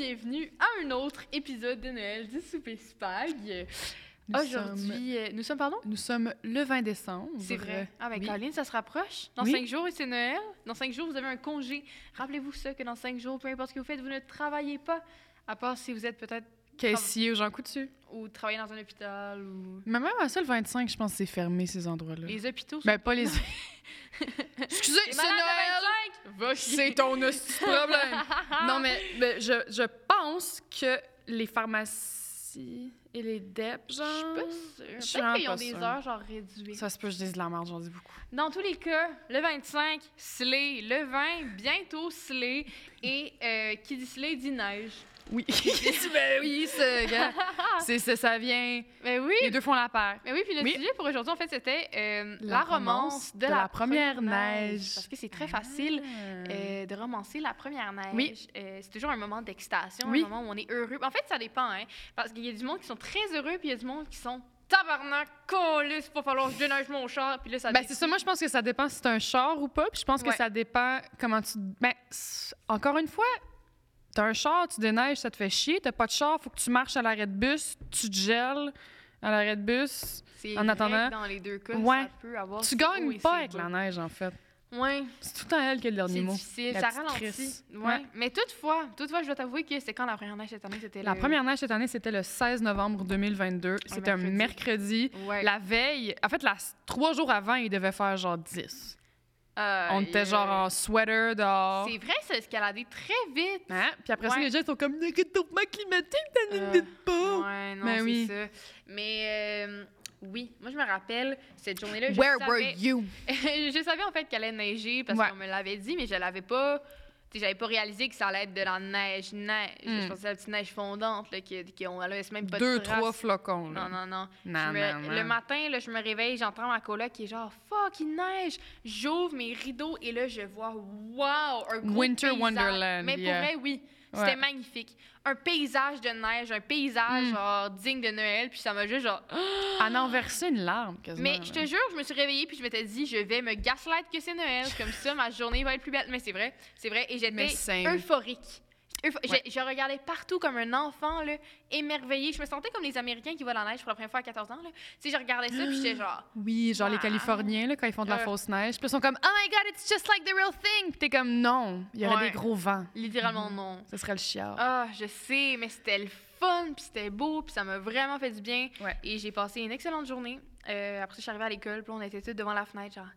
bienvenue à un autre épisode de Noël du Souper Spag. Aujourd'hui, nous sommes, pardon? Nous sommes le 20 décembre. C'est vrai. Ah ben, oui. Colline, ça se rapproche. Dans 5 jours, c'est Noël. Dans 5 jours, vous avez un congé. Rappelez-vous ça, que dans 5 jours, peu importe ce que vous faites, vous ne travaillez pas. À part si vous êtes peut-être... Caissier ou Jean Coutu. Ou travailler dans un hôpital, ou... Mais même à ça, le 25, je pense que c'est fermé, ces endroits-là. Les hôpitaux sont... Ben, pas les... Excusez, Les c'est malades Noël! de 25! C'est ton hostie de problème! Non, mais je pense que les pharmacies et les DEP, genre... Je suis pas sûre. Peut-être qu'ils ont des heures, genre, réduites. Ça se peut, je dise de la merde, j'en dis beaucoup. Dans tous les cas, le 25, slay. Le 20, bientôt slay. Et qui dit slay, dit neige. Oui, ben oui, ça vient... Ben oui. Les deux font la paire. Ben oui, puis le sujet pour aujourd'hui, en fait, c'était la romance de la première neige. Parce que c'est très facile de romancer la première neige. Oui. C'est toujours un moment d'excitation, oui. un moment où on est heureux. En fait, ça dépend, hein. Parce qu'il y a du monde qui sont très heureux, puis il y a du monde qui sont... Tabarnak, câlisse, pas falloir que je déneige mon char, puis là, ça... Ben, c'est ça, moi, je pense que ça dépend si c'est un char ou pas, puis je pense que ça dépend comment tu... Ben, encore une fois, t'as un char, tu déneiges, ça te fait chier, t'as pas de char, faut que tu marches à l'arrêt de bus, tu te gèles à l'arrêt de bus, c'est en vrai attendant... que dans les deux cas, ça peut avoir... Tu gagnes pas avec la neige, en fait. Ouais. C'est tout le temps elle qui a le dernier mot. C'est difficile, ça ralentit. Ouais. Mais toutefois, je dois t'avouer que c'était quand la première neige cette année? La première neige cette année, c'était le 16 novembre 2022. C'était un mercredi. Ouais. La veille, en fait, 3 jours avant, il devait faire genre 10. On était genre en sweater dehors. C'est vrai, ça a escaladé très vite. Hein? Puis après ça, les gens sont comme « Réchauffement climatique, ça n'existe pas! » Ouais, non, mais oui. C'est ça. Mais oui, moi, je me rappelle, cette journée-là, Where were you? Je savais, en fait, qu'elle allait neiger parce qu'on me l'avait dit, mais je l'avais pas... J'avais pas réalisé que ça allait être de la neige. Je pensais que c'était la petite neige fondante, là, qu'on laisse même pas de traces. 2-3 flocons, là. Non. Non. Le matin, là, je me réveille, j'entends ma coloc qui est genre « Fuck, il neige! » J'ouvre mes rideaux et là, je vois « Wow! » Un gros Winter paysage. Wonderland. Mais pour vrai, oui. C'était magnifique. Un paysage de neige, un paysage genre digne de Noël, puis ça m'a juste genre... Elle en versé une larme, quasiment. Mais je te jure, je me suis réveillée, puis je m'étais dit, je vais me gaslight que c'est Noël, comme ça, ma journée va être plus belle. Mais c'est vrai, et j'étais euphorique. Je regardais partout comme un enfant, là, émerveillée. Je me sentais comme les Américains qui voient la neige pour la première fois à 14 ans. Là. Tu sais, je regardais ça, puis j'étais genre... Oui, genre les Californiens, là, quand ils font de la fausse neige. Puis ils sont comme « Oh my God, it's just like the real thing! » Puis t'es comme « Non, il y aurait des gros vents. » Littéralement, non. Ce serait le chiard. Ah, je sais, mais c'était le fun, puis c'était beau, puis ça m'a vraiment fait du bien. Ouais. Et j'ai passé une excellente journée. Après ça, je suis arrivée à l'école, puis on était tous devant la fenêtre, genre...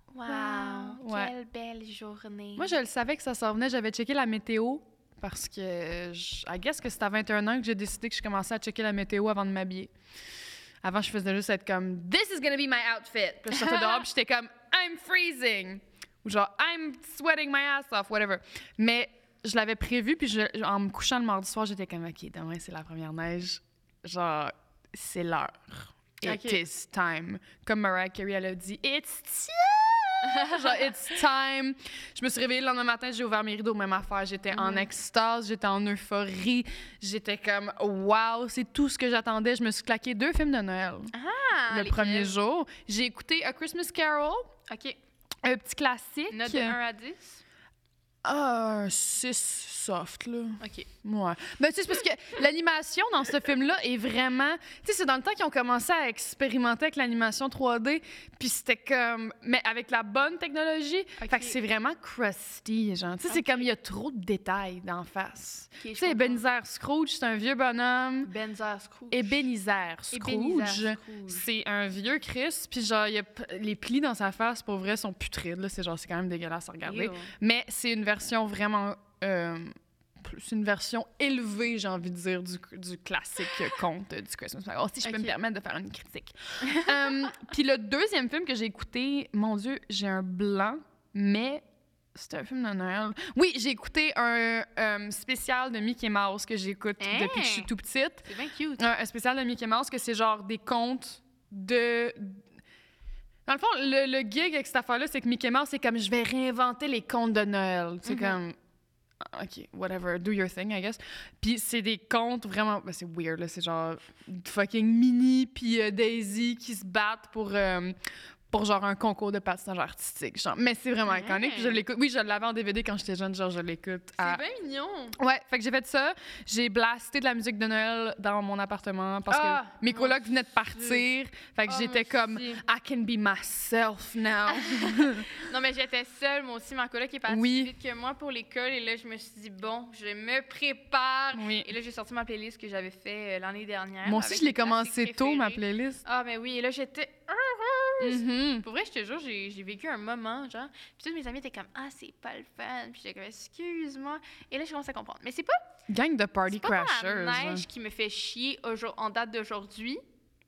Wow, quelle belle journée. Moi, je le savais que ça s'en venait. J'avais checké la météo. Parce que, I guess que c'est à 21 ans que j'ai décidé que je commençais à checker la météo avant de m'habiller. Avant, je faisais juste être comme « This is gonna be my outfit ». Puis je sortais dehors, puis j'étais comme « I'm freezing ». Ou genre « I'm sweating my ass off », whatever. Mais je l'avais prévu, puis en me couchant le mardi soir, j'étais comme « OK, demain, c'est la première neige. Genre, c'est l'heure. It is time ». Comme Mariah Carey, elle a dit « It's time ». Genre, it's time. Je me suis réveillée le lendemain matin, j'ai ouvert mes rideaux, même affaire. J'étais en extase, j'étais en euphorie. J'étais comme, wow, c'est tout ce que j'attendais. Je me suis claqué 2 films de Noël. Le premier jour. J'ai écouté A Christmas Carol. OK. Un petit classique. Note de 1 à 10? Un 6 soft, là. OK. Ouais. Mais tu sais, c'est parce que l'animation dans ce film-là est vraiment... Tu sais, c'est dans le temps qu'ils ont commencé à expérimenter avec l'animation 3D, puis c'était comme... Mais avec la bonne technologie. Okay. Fait que c'est vraiment crusty, genre. Tu sais, c'est comme il y a trop de détails d'en face. Okay, tu sais, Ebenezer Scrooge, c'est un vieux bonhomme. Ebenezer Scrooge. Ebenezer Scrooge. C'est un vieux Chris, puis genre, les plis dans sa face, pour vrai, sont putrides, là. C'est genre, c'est quand même dégueulasse à regarder. Ew. Mais c'est une version vraiment... c'est une version élevée, j'ai envie de dire, du classique conte du Christmas Carol. Oh, si je peux me permettre de faire une critique. Puis le deuxième film que j'ai écouté, mon Dieu, j'ai un blanc, mais c'était un film de Noël. Oui, j'ai écouté un spécial de Mickey Mouse que j'écoute depuis que je suis tout petite. C'est bien cute. Un spécial de Mickey Mouse que c'est genre des contes de... Dans le fond, le gig avec cette affaire-là, c'est que Mickey Mouse, c'est comme, je vais réinventer les contes de Noël. C'est comme... OK, whatever, do your thing, I guess. Puis c'est des contes vraiment... Ben, c'est weird, là. C'est genre fucking Minnie puis Daisy qui se battent pour genre un concours de patinage artistique. Genre. Mais c'est vraiment iconique. Je l'écoute. Oui, je l'avais en DVD quand j'étais jeune, genre je l'écoute. C'est bien mignon. Ouais, fait que j'ai fait ça. J'ai blasté de la musique de Noël dans mon appartement parce que mes colocs venaient de partir. Fait que j'étais comme I can be myself now. Non, mais j'étais seule. Moi aussi, ma coloc est partie plus vite que moi pour l'école. Et là, je me suis dit, bon, je me prépare. Oui. Et là, j'ai sorti ma playlist que j'avais fait l'année dernière. Moi aussi, je l'ai commencé tôt, ma playlist. Ah, mais oui. Et là, j'étais Pour vrai, je te jure, j'ai vécu un moment, genre. Puis tous mes amis étaient comme, ah, c'est pas le fun. Puis j'étais comme, excuse-moi. Et là, je commence à comprendre. Mais c'est pas. Gang de party crashers. C'est pas la neige qui me fait chier en date d'aujourd'hui.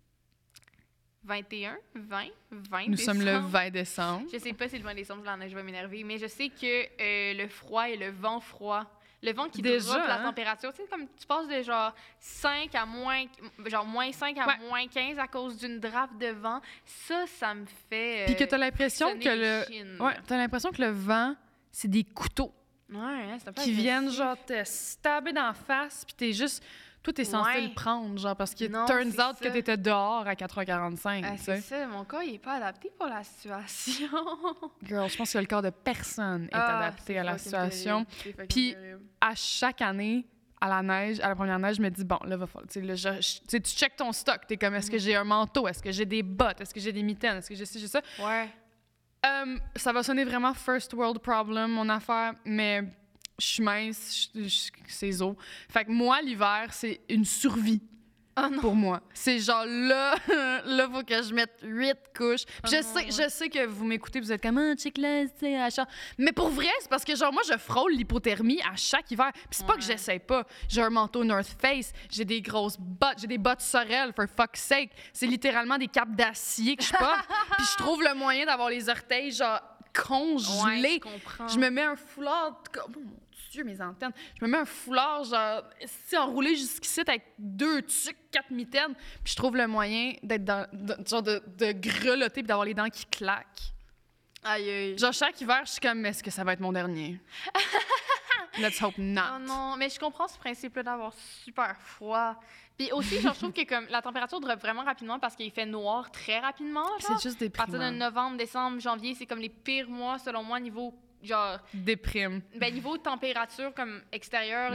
21, 20 Nous décembre. sommes le 20 décembre. Je sais pas si le 20 décembre, la neige va m'énerver, mais je sais que le froid et le vent froid. Le vent qui drop la température, tu sais, comme tu passes de genre 5 à moins, genre moins 5 à moins 15 à cause d'une drape de vent, ça me fait. Puis que t'as l'impression que t'as l'impression que le vent, c'est des couteaux. Ouais, c'est un peu qui viennent genre te stabber d'en face, puis t'es juste. Toi, t'es censé le prendre, genre, parce que turns out que t'étais dehors à 4h45. C'est ça, mon corps, il est pas adapté pour la situation. Girl, je pense que le corps de personne est adapté à la situation. Puis, à chaque année, à la neige, à la première neige, je me dis, bon, là, va falloir. Tu checkes ton stock. T'es comme, est-ce que j'ai un manteau? Est-ce que j'ai des bottes? Est-ce que j'ai des mitaines? Est-ce que j'ai ci, j'ai ça? Ouais. Ça va sonner vraiment first world problem, mon affaire, mais je suis mince, c'est zo. Fait que moi, l'hiver, c'est une survie pour moi. C'est genre là, faut que je mette 8 couches. Je sais que vous m'écoutez, vous êtes comme, check là, c'est achat. Mais pour vrai, c'est parce que genre moi, je frôle l'hypothermie à chaque hiver. Puis c'est pas que j'essaie pas. J'ai un manteau North Face, j'ai des grosses bottes, j'ai des bottes Sorel, for fuck's sake. C'est littéralement des capes d'acier que je porte. Puis je trouve le moyen d'avoir les orteils genre congelés. Ouais, je comprends. Je me mets un foulard comme... Dieu, mes antennes. Je me mets un foulard, genre, enroulé jusqu'ici avec 2 tucs, 4 mitaines. Puis je trouve le moyen d'être genre de grelotter puis d'avoir les dents qui claquent. Aïe, aïe. Genre, chaque hiver, je suis comme, est-ce que ça va être mon dernier? Let's hope not. Oh non, mais je comprends ce principe-là d'avoir super froid. Puis aussi, genre, je trouve que comme la température drop vraiment rapidement parce qu'il fait noir très rapidement. C'est juste déprimant. À partir de novembre, décembre, janvier, c'est comme les pires mois, selon moi, niveau... genre déprime. Ben niveau température comme extérieure,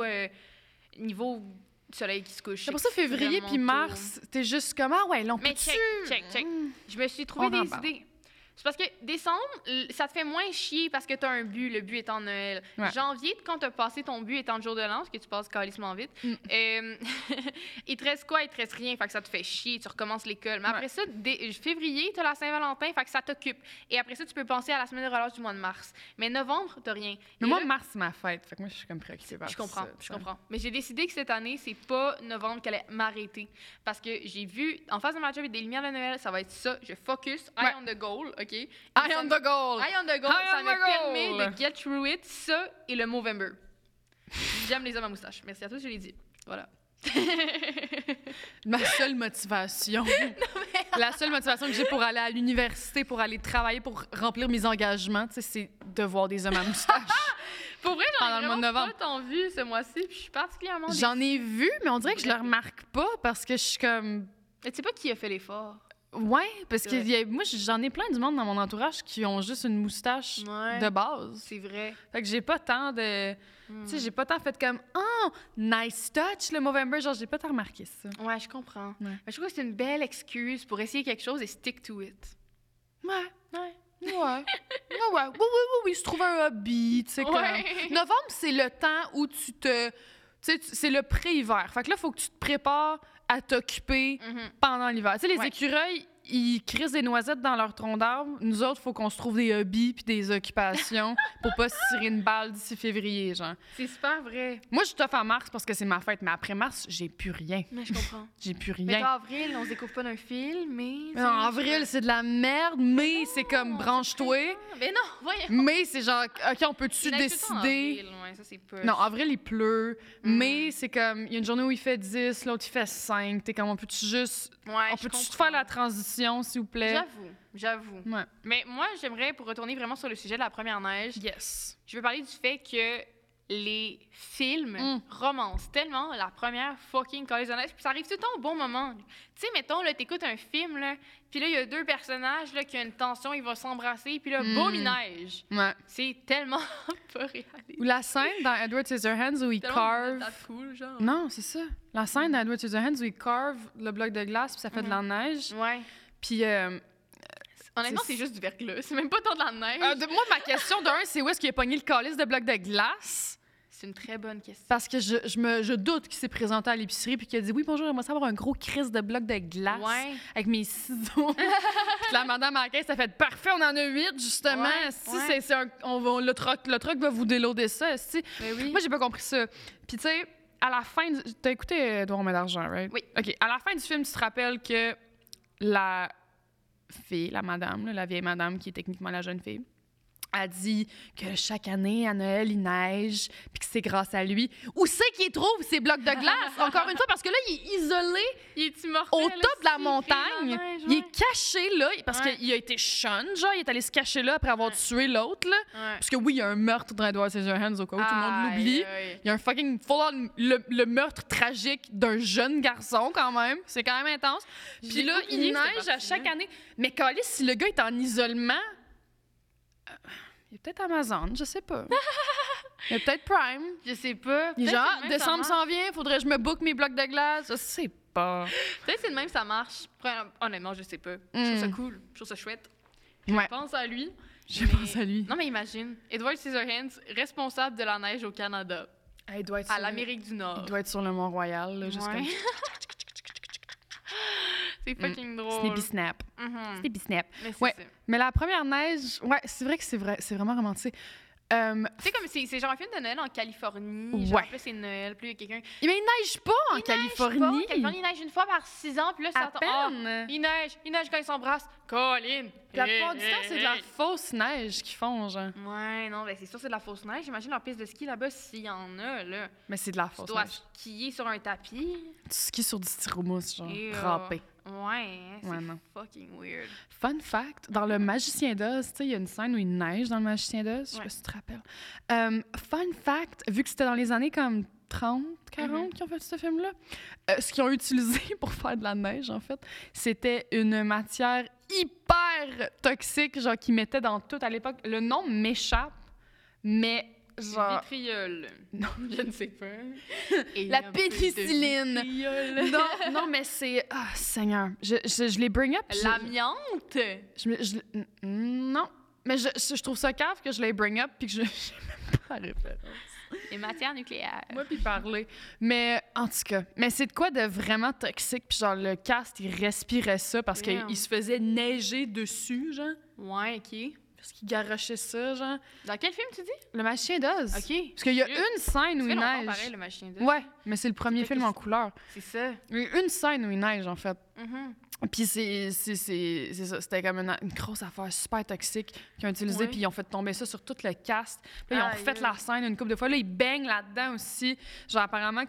niveau soleil qui se couche. C'est pour ça février puis mars, t'es juste comme ah ouais, l'on peut. Mais check. Je me suis trouvé des idées. C'est parce que décembre, ça te fait moins chier parce que t'as un but, le but étant Noël. Ouais. Janvier, quand t'as passé ton but étant le jour de l'an, ce que tu passes calissement vite, il te reste quoi? Il te reste rien, fait que ça te fait chier, tu recommences l'école. Mais après ça, février, t'as la Saint-Valentin, fait que ça t'occupe. Et après ça, tu peux penser à la semaine de relâche du mois de mars. Mais novembre, t'as rien. Mais moi, mars, c'est ma fête, fait que moi, je suis comme préoccupée par ça. Je comprends. Mais j'ai décidé que cette année, c'est pas novembre qu'elle allait m'arrêter. Parce que j'ai vu, en face de ma job, il y a des lumières de Noël, ça va être ça. Je focus, eye on the goal, OK? Eye on the goal! Eye on the goal, ça me permet de get through it, ça et le Movember. J'aime les hommes à moustache. Merci à tous, je l'ai dit. Voilà. Ma seule motivation. La seule motivation que j'ai pour aller à l'université, pour aller travailler, pour remplir mes engagements, c'est de voir des hommes à moustache. Pour vrai, j'en ai vraiment pas tant vu ce mois-ci, puis je suis particulièrement déçue. J'en ai vu, mais on dirait que je le remarque pas parce que je suis comme... Mais tu sais pas qui a fait l'effort? Ouais, parce que moi, j'en ai plein du monde dans mon entourage qui ont juste une moustache de base. C'est vrai. Fait que j'ai pas tant de... Tu sais, j'ai pas tant fait comme « Oh, nice touch, le Movember ». Genre, j'ai pas tant remarqué ça. Ouais, je comprends. Ouais. Mais je trouve que c'est une belle excuse pour essayer quelque chose et stick to it. Oui, se trouver un hobby, tu sais, comme... Novembre, c'est le temps où tu te... Tu sais, c'est le pré-hiver. Fait que là, il faut que tu te prépares à t'occuper pendant l'hiver. Tu sais, les écureuils, ils crissent des noisettes dans leur tronc d'arbre. Nous autres, il faut qu'on se trouve des hobbies puis des occupations pour pas se tirer une balle d'ici février, genre. C'est super vrai. Moi, je t'offre en mars parce que c'est ma fête, mais après mars, j'ai plus rien. Mais je comprends. J'ai plus rien. Mais en avril, on se découvre pas d'un film, mais... En avril, c'est de la merde, mais c'est comme branche-toi. Mais non, voyons. Mais c'est genre, OK, on peut-tu décider... Ouais, ça, c'est push. Non, avril, il pleut, mais c'est comme, il y a une journée où il fait 10, l'autre, il fait 5. T'es comme, on peut-tu juste... Ouais, on peut-tu faire la transition, s'il vous plaît? J'avoue. Ouais. Mais moi, j'aimerais, pour retourner vraiment sur le sujet de la première neige, yes. je veux parler du fait que les films romancent tellement la première fucking collège de neige, puis ça arrive tout le temps au bon moment. Tu sais, mettons, là, t'écoutes un film, là, puis là, il y a deux personnages, là, qui ont une tension, ils vont s'embrasser, puis là, boum, il neige. Ouais. C'est tellement pas réaliste. Ou la scène dans Edward Scissorhands où il carve... Cool, genre. Non, c'est ça. La scène dans Edward Scissorhands où il carve le bloc de glace, puis ça fait de la neige. Ouais. Puis... honnêtement, c'est juste du verglas. C'est même pas tant de la neige. Moi, ma question d'un, c'est où est-ce qu'il a pogné le calice de bloc de glace? C'est une très bonne question. Parce que je doute qu'il s'est présenté à l'épicerie puis qu'il a dit « Oui, bonjour, j'aimerais savoir un gros crisse de bloc de glace avec mes ciseaux. » Puis la madame à la caisse a fait « Parfait, on en a 8, justement. Le truck va vous déloader ça. » Ben oui. Moi, j'ai pas compris ça. Puis tu sais, à la fin... T'as écouté Edouard Main d'argent, right? Oui. OK. À la fin du film, tu te rappelles que la fille, la madame, la vieille madame qui est techniquement la jeune fille, a dit que chaque année, à Noël, il neige, puis que c'est grâce à lui. Où c'est qu'il trouve ces blocs de glace? Encore une fois, parce que là, il est isolé au top de la montagne. Il est caché là, parce qu'il a été shun, genre, il est allé se cacher là après avoir tué l'autre, là. Parce que oui, il y a un meurtre dans Edward Scissorhands, au cas où tout le monde l'oublie. Il y a un fucking full-on, le meurtre tragique d'un jeune garçon, quand même. C'est quand même intense. Puis là, il neige à chaque année. Mais Caliste, si le gars est en isolement... Il y a peut-être Amazon, je sais pas. Il y a peut-être Prime. Je sais pas. Il est genre, décembre s'en vient, faudrait que je me book mes blocs de glace. Je sais pas. Peut-être que c'est de même ça marche. Honnêtement, je sais pas. Je trouve ça cool. Je trouve ça chouette. Je pense à lui. Pense à lui. Non, mais imagine. Edward Scissorhands, responsable de la neige au Canada. Il doit être à l'Amérique du Nord. Il doit être sur le Mont-Royal, là, juste comme... C'est fucking drôle. Snippy Snap. Snippy Snap. Mais mais la première neige, c'est vrai que c'est vraiment romantique. Tu sais, comme c'est genre un film de Noël en Californie. Genre, puis là, c'est Noël, puis il y a quelqu'un. Mais il neige pas en Californie. Il neige une fois par 6 ans, puis là, ça peine. Il neige quand ils s'embrassent. Colin! La plupart du temps, c'est de la fausse neige qu'ils font, genre. Ouais, non, ben c'est sûr, c'est de la fausse neige. J'imagine leur piste de ski là-bas, s'il y en a, là. Mais c'est de la fausse neige. Tu dois skier sur un tapis. Tu skis sur du styromousse, genre, râpé. Ouais, c'est fucking weird. Fun fact, dans Le Magicien d'Oz, tu sais, il y a une scène où il neige dans Le Magicien d'Oz, je sais pas si tu te rappelles. Fun fact, vu que c'était dans les années comme 30, 40 qui ont fait ce film-là, ce qu'ils ont utilisé pour faire de la neige, en fait, c'était une matière hyper toxique, genre, qu'ils mettaient dans tout à l'époque. Le nom m'échappe, mais... genre... Vitriol. Non, je ne sais pas. La pénicilline. Non, mais c'est... Ah, Seigneur. Je les bring up. L'amiante? Non. Mais je trouve ça cave que je les bring up puis que je n'ai même pas la référence. Les matières nucléaires. Moi, puis parler. Mais en tout cas, mais c'est de quoi de vraiment toxique. Puis genre, le cast, il respirait ça parce qu'il se faisait neiger dessus, genre. Ouais, OK. Parce qu'il garochait ça, genre. Dans quel film, tu dis? Le Magicien d'Oz. OK. Parce qu'il y a une scène où il neige. Pareil, le Magicien d'Oz. Ouais, mais c'est le premier film en couleur. C'est ça. Il y a une scène où il neige, en fait. Puis c'est ça. C'était comme une grosse affaire super toxique qu'ils ont utilisé, puis ils ont fait tomber ça sur tout le cast. Puis là, ils ont refait la scène une couple de fois. Là, ils baignent là-dedans aussi. Genre, apparemment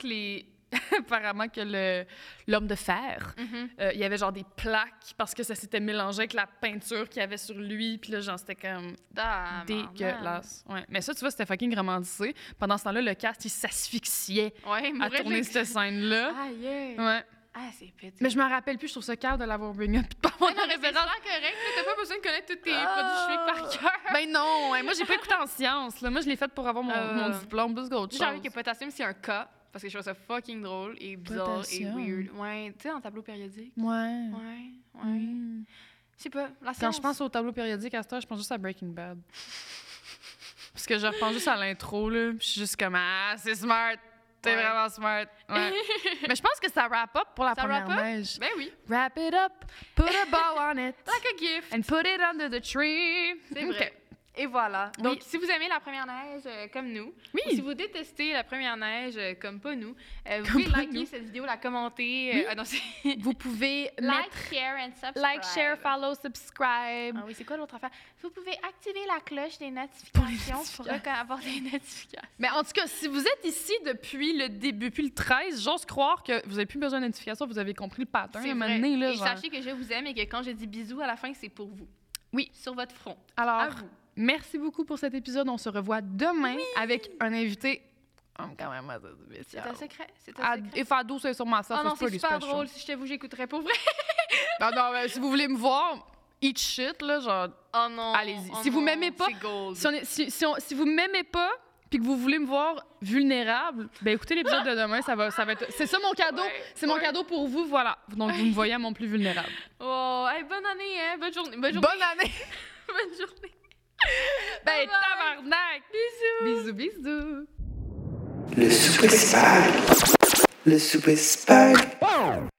que l'homme de fer, il y avait genre des plaques parce que ça s'était mélangé avec la peinture qu'il y avait sur lui. Puis là, genre, c'était comme dégueulasse. Ouais. Mais ça, tu vois, c'était fucking romantisé. Pendant ce temps-là, le cast, il s'asphyxiait à tourner cette scène-là. Ouais. Ah, c'est petit. Mais je me rappelle plus, je trouve ça calme de l'avoir bring up et de pas avoir la référence. C'est correct, t'as pas besoin de connaître tous tes produits chimiques par cœur. Ben non, moi j'ai pas écouté en sciences. Là. Moi je l'ai fait pour avoir mon diplôme, plus qu'autre chose. J'ai envie que potassium c'est un cas, parce que je trouve ça fucking drôle et bizarre et weird. Ouais, tu sais, en tableau périodique. Ouais. Je sais pas, la science. Quand je pense au tableau périodique à ce temps, je pense juste à Breaking Bad. Parce que je repense juste à l'intro, là, je suis juste comme « c'est smart! » T'es vraiment smart. Ouais. Mais je pense que ça wrap up pour la première neige. Ben oui. Wrap it up, put a bow on it. Like a gift. And put it under the tree. C'est vrai. Et voilà. Donc, si vous aimez la première neige comme nous, ou si vous détestez la première neige comme pas nous, vous pouvez liker cette vidéo, la commenter. Vous pouvez like, share and subscribe. Like, share, follow, subscribe. Ah oui, c'est quoi l'autre affaire? Vous pouvez activer la cloche des notifications pour avoir des notifications. Mais en tout cas, si vous êtes ici depuis le début, depuis le 13, j'ose croire que vous n'avez plus besoin de notifications, vous avez compris le pattern. C'est vrai. Et sachez que je vous aime et que quand je dis bisous à la fin, c'est pour vous. Oui. Sur votre front. Alors, merci beaucoup pour cet épisode. On se revoit demain avec un invité I'm quand même assez spécial. C'est un secret? C'est un secret? If I do say so myself, oh non, it's pretty c'est super special. drôle. Si j'étais vous, j'écouterais pour vrai. non, mais si vous voulez me voir, eat shit, là, genre... Oh non. Allez-y. Oh Si vous non, m'aimez pas... c'est gold. Si vous m'aimez pas, puis que vous voulez me voir vulnérable, ben écoutez l'épisode de demain, ça va être... C'est ça mon cadeau. Ouais, c'est mon cadeau pour vous, voilà. Donc, vous me voyez à mon plus vulnérable. Oh, hey, bonne année, hein? Bonne journée. Bonne année! Bonne journée. Ben, tabarnak! Bisous. Bisous. Le souper spag. Le souper spag.